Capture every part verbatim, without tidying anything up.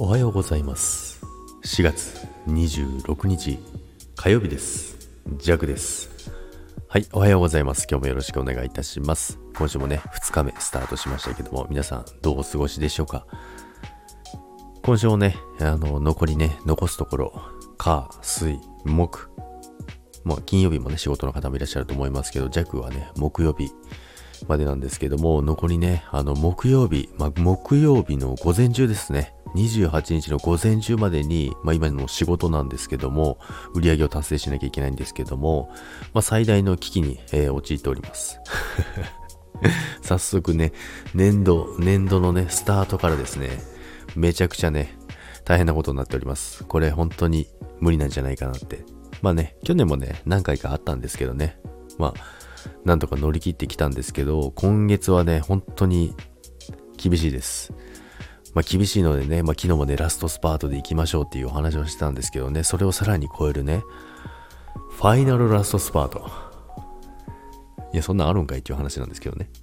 おはようございます。しがつにじゅうろくにち火曜日です。ジャクです。はい、おはようございます。今日もよろしくお願いいたします。今週もねふつかめスタートしましたけども、皆さんどうお過ごしでしょうか。今週もねあの残りね残すところ火水木、まあ金曜日もね仕事の方もいらっしゃると思いますけど、ジャクはね木曜日までなんですけども、残りねあの木曜日、まあ、木曜日の午前中ですね、にじゅうはちにちの午前中までに、まあ、今の仕事なんですけども、売り上げを達成しなきゃいけないんですけども、まあ、最大の危機に、えー、陥っております早速ね年度年度のねスタートからですね、めちゃくちゃね大変なことになっております。これ本当に無理なんじゃないかなって。まあね去年もね何回かあったんですけどね、まあなんとか乗り切ってきたんですけど、今月はね本当に厳しいです。まあ厳しいのでね、まあ昨日もねラストスパートで行きましょうっていうお話をしてたんですけどね、それをさらに超えるねファイナルラストスパート、いやそんなんあるんかいっていう話なんですけどね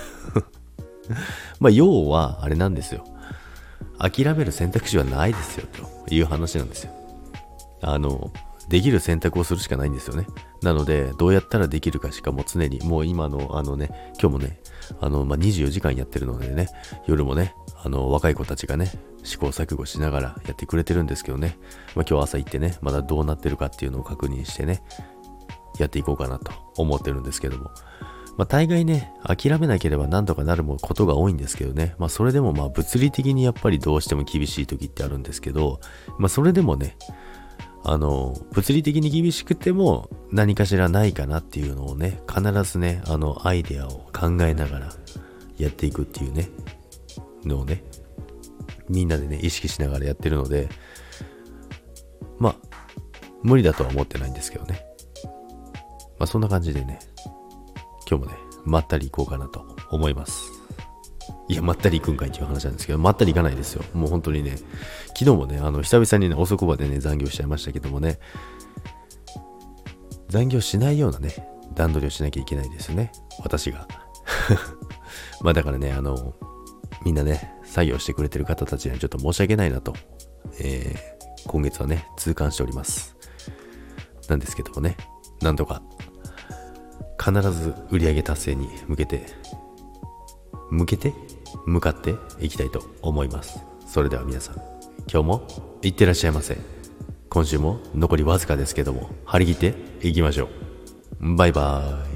まあ要はあれなんですよ、諦める選択肢はないですよという話なんですよ。あのできる選択をするしかないんですよね。なのでどうやったらできるかしかもう常に、もう今のあのね今日もねあの、まあ、にじゅうよじかんやってるのでね、夜もねあの若い子たちがね試行錯誤しながらやってくれてるんですけどね、まあ、今日朝行ってねまだどうなってるかっていうのを確認してねやっていこうかなと思ってるんですけども、まあ、大概ね諦めなければ何とかなることが多いんですけどね、まあ、それでもまあ物理的にやっぱりどうしても厳しい時ってあるんですけど、まあ、それでもねあの物理的に厳しくても何かしらないかなっていうのをね必ずねあのアイデアを考えながらやっていくっていうねのをねみんなでね意識しながらやってるので、まあ無理だとは思ってないんですけどね、まあそんな感じでね今日もねまったり行こうかなと思います。いやまったり行くんかいっていう話なんですけど、まったり行かないですよ。もう本当にね昨日もねあの久々にね遅くまでね残業しちゃいましたけどもね、残業しないようなね段取りをしなきゃいけないですよね、私がまあだからねあのみんなね作業してくれてる方たちにはちょっと申し訳ないなと、えー、今月はね痛感しておりますなんですけどもね、なんとか必ず売上達成に向けて向けて向かっていきたいと思います。それでは皆さん今日もいってらっしゃいませ。今週も残りわずかですけども張り切っていきましょう。バイバーイ。